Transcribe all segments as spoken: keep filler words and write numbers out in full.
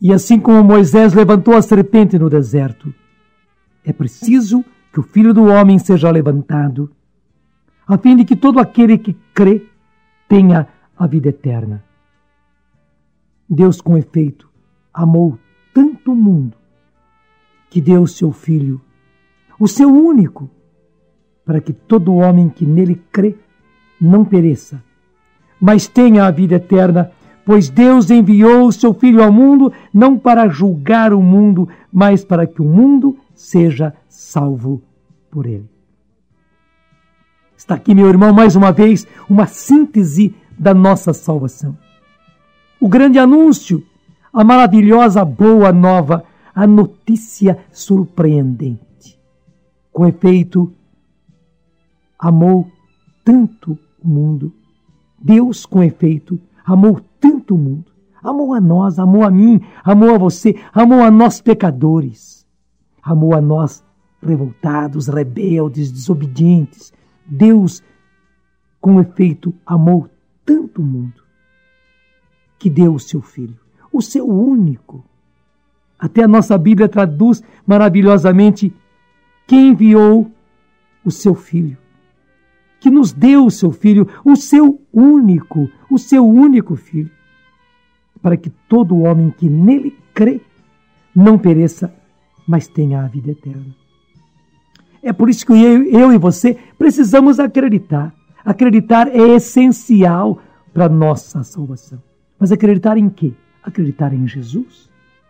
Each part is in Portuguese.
E assim como Moisés levantou a serpente no deserto, é preciso que o Filho do Homem seja levantado, a fim de que todo aquele que crê tenha a vida eterna. Deus, com efeito, amou tanto o mundo que deu o seu Filho, o seu único, para que todo homem que nele crê não pereça, mas tenha a vida eterna, pois Deus enviou o seu Filho ao mundo não para julgar o mundo, mas para que o mundo seja salvo por ele. Está aqui, meu irmão, mais uma vez, uma síntese da nossa salvação. O grande anúncio, a maravilhosa boa nova, a notícia surpreendente. Com efeito, amou tanto o mundo. Deus, com efeito, amou tanto o mundo. Amou a nós, amou a mim, amou a você, amou a nós pecadores. Amou a nós revoltados, rebeldes, desobedientes. Deus, com efeito, amou tanto o mundo que deu o seu Filho, o seu único. Até a nossa Bíblia traduz maravilhosamente que enviou o seu Filho, que nos deu o seu Filho, o seu único, o seu único Filho, para que todo homem que nele crê não pereça, mas tenha a vida eterna. É por isso que eu, eu e você precisamos acreditar. Acreditar é essencial para a nossa salvação. Mas acreditar em quê? Acreditar em Jesus.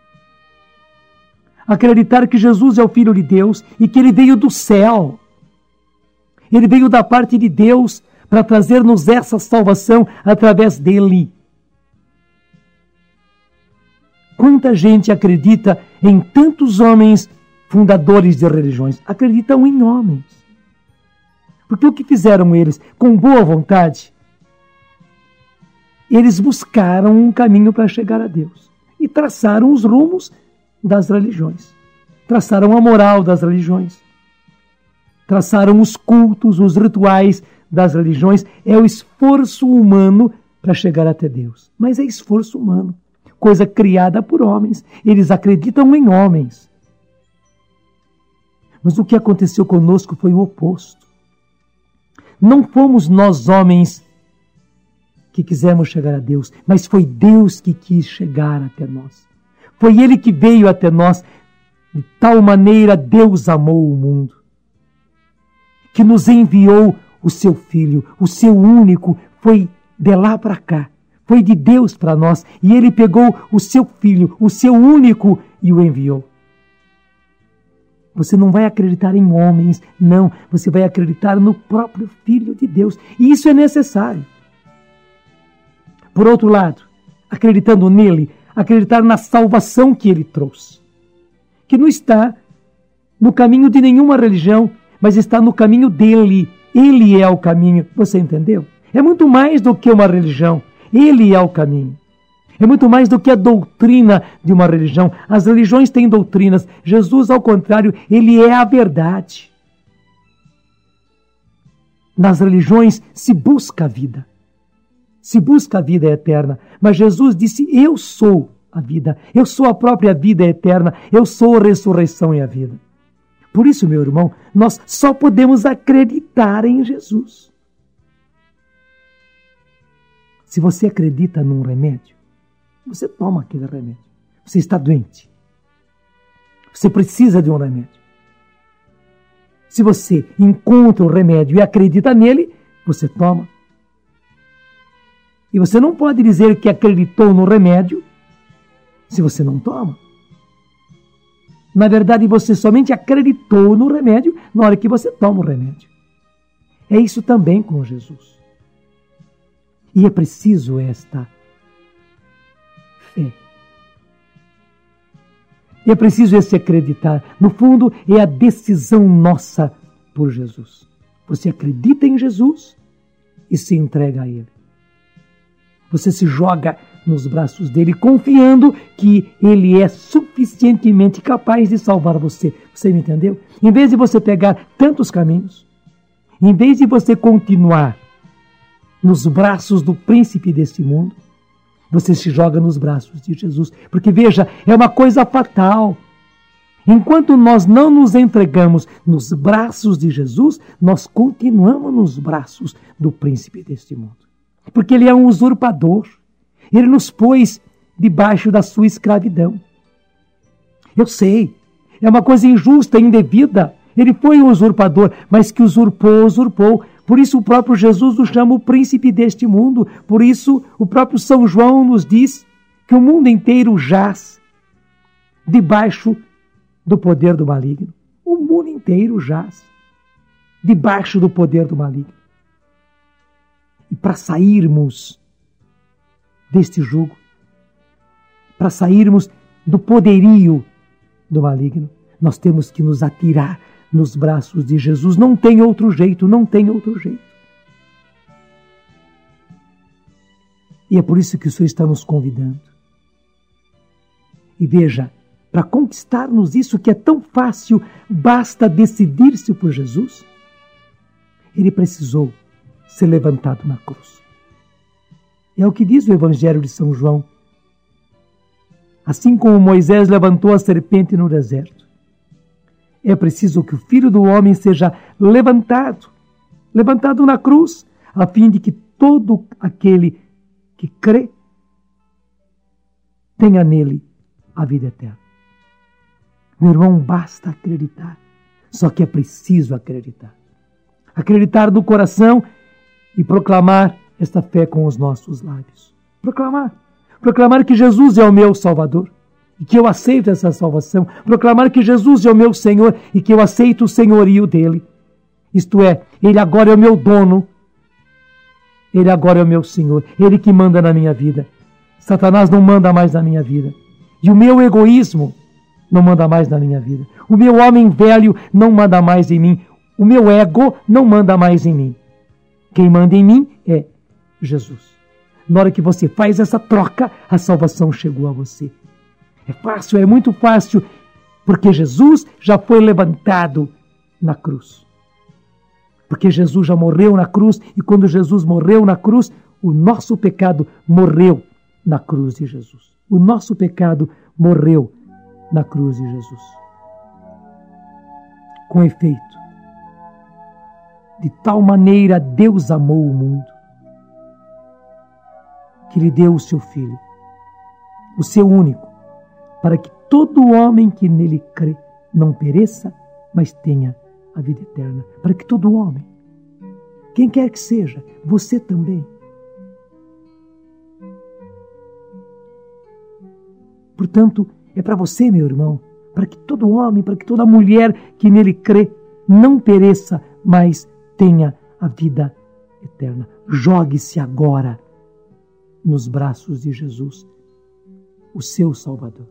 Acreditar que Jesus é o Filho de Deus e que Ele veio do céu. Ele veio da parte de Deus para trazer-nos essa salvação através dele. Quanta gente acredita em tantos homens fundadores de religiões? Acreditam em homens. Porque o que fizeram eles? Com boa vontade, eles buscaram um caminho para chegar a Deus. E traçaram os rumos das religiões. Traçaram a moral das religiões. Traçaram os cultos, os rituais das religiões. É o esforço humano para chegar até Deus. Mas é esforço humano. Coisa criada por homens. Eles acreditam em homens. Mas o que aconteceu conosco foi o oposto. Não fomos nós homens que quisemos chegar a Deus, mas foi Deus que quis chegar até nós. Foi Ele que veio até nós. De tal maneira Deus amou o mundo, que nos enviou o seu Filho, o seu único. Foi de lá para cá, foi de Deus para nós, e Ele pegou o seu Filho, o seu único, e o enviou. Você não vai acreditar em homens, não. Você vai acreditar no próprio Filho de Deus. E isso é necessário. Por outro lado, acreditando nele, acreditar na salvação que ele trouxe. Que não está no caminho de nenhuma religião, mas está no caminho dele. Ele é o caminho. Você entendeu? É muito mais do que uma religião. Ele é o caminho. É muito mais do que a doutrina de uma religião. As religiões têm doutrinas. Jesus, ao contrário, ele é a verdade. Nas religiões se busca a vida. Se busca a vida eterna. Mas Jesus disse, eu sou a vida. Eu sou a própria vida eterna. Eu sou a ressurreição e a vida. Por isso, meu irmão, nós só podemos acreditar em Jesus. Se você acredita num remédio, você toma aquele remédio. Você está doente. Você precisa de um remédio. Se você encontra o remédio e acredita nele, você toma. E você não pode dizer que acreditou no remédio se você não toma. Na verdade, você somente acreditou no remédio na hora que você toma o remédio. É isso também com Jesus. E é preciso esta fé. É preciso esse acreditar. No fundo, é a decisão nossa por Jesus. Você acredita em Jesus e se entrega a Ele. Você se joga nos braços dele, confiando que Ele é suficientemente capaz de salvar você. Você me entendeu? Em vez de você pegar tantos caminhos, em vez de você continuar nos braços do príncipe desse mundo, você se joga nos braços de Jesus. Porque, veja, é uma coisa fatal. Enquanto nós não nos entregamos nos braços de Jesus, nós continuamos nos braços do príncipe deste mundo. Porque ele é um usurpador. Ele nos pôs debaixo da sua escravidão. Eu sei, é uma coisa injusta, indevida. Ele foi um usurpador, mas que usurpou, usurpou. Por isso o próprio Jesus o chama o príncipe deste mundo. Por isso o próprio São João nos diz que o mundo inteiro jaz debaixo do poder do maligno. O mundo inteiro jaz debaixo do poder do maligno. E para sairmos deste jugo, para sairmos do poderio do maligno, nós temos que nos atirar nos braços de Jesus. Não tem outro jeito, não tem outro jeito. E é por isso que o Senhor está nos convidando. E veja, para conquistarmos isso que é tão fácil, basta decidir-se por Jesus. Ele precisou ser levantado na cruz. É o que diz o Evangelho de São João. Assim como Moisés levantou a serpente no deserto, é preciso que o Filho do Homem seja levantado, levantado na cruz, a fim de que todo aquele que crê tenha nele a vida eterna. Meu irmão, basta acreditar, só que é preciso acreditar. Acreditar no coração e proclamar esta fé com os nossos lábios. Proclamar. Proclamar que Jesus é o meu Salvador e que eu aceito essa salvação. Proclamar que Jesus é o meu Senhor e que eu aceito o senhorio dele. Isto é, ele agora é o meu dono. Ele agora é o meu Senhor. Ele que manda na minha vida. Satanás não manda mais na minha vida. E o meu egoísmo não manda mais na minha vida. O meu homem velho não manda mais em mim. O meu ego não manda mais em mim. Quem manda em mim é Jesus. Na hora que você faz essa troca, a salvação chegou a você. É fácil, é muito fácil, porque Jesus já foi levantado na cruz. Porque Jesus já morreu na cruz, e quando Jesus morreu na cruz, o nosso pecado morreu na cruz de Jesus. O nosso pecado morreu na cruz de Jesus. Com efeito, de tal maneira Deus amou o mundo, que lhe deu o seu Filho, o seu único, para que todo homem que nele crê não pereça, mas tenha a vida eterna. Para que todo homem, quem quer que seja, você também. Portanto, é para você, meu irmão, para que todo homem, para que toda mulher que nele crê não pereça, mas tenha a vida eterna. Jogue-se agora nos braços de Jesus, o seu Salvador.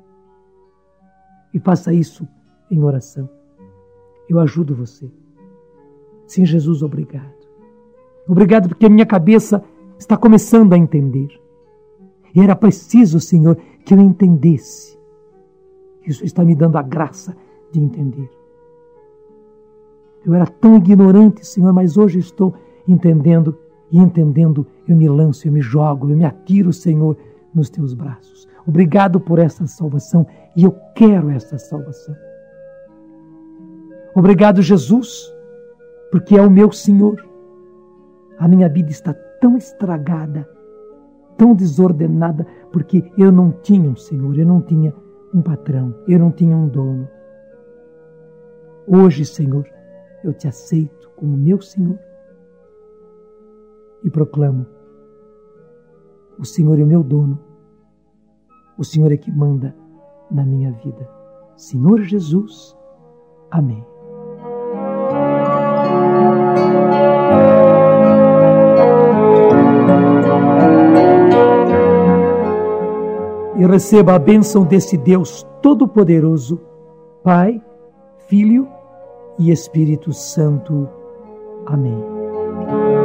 E faça isso em oração. Eu ajudo você. Sim, Jesus, obrigado. Obrigado porque a minha cabeça está começando a entender. E era preciso, Senhor, que eu entendesse. Isso está me dando a graça de entender. Eu era tão ignorante, Senhor, mas hoje estou entendendo. E entendendo, eu me lanço, eu me jogo, eu me atiro, Senhor, nos teus braços. Obrigado por essa salvação, e eu quero essa salvação. Obrigado, Jesus, porque é o meu Senhor. A minha vida está tão estragada, tão desordenada, porque eu não tinha um Senhor, eu não tinha um patrão, eu não tinha um dono. Hoje, Senhor, eu te aceito como meu Senhor. E proclamo, o Senhor é o meu dono, o Senhor é que manda na minha vida. Senhor Jesus, amém. E receba a bênção desse Deus Todo-Poderoso, Pai, Filho e Espírito Santo. Amém.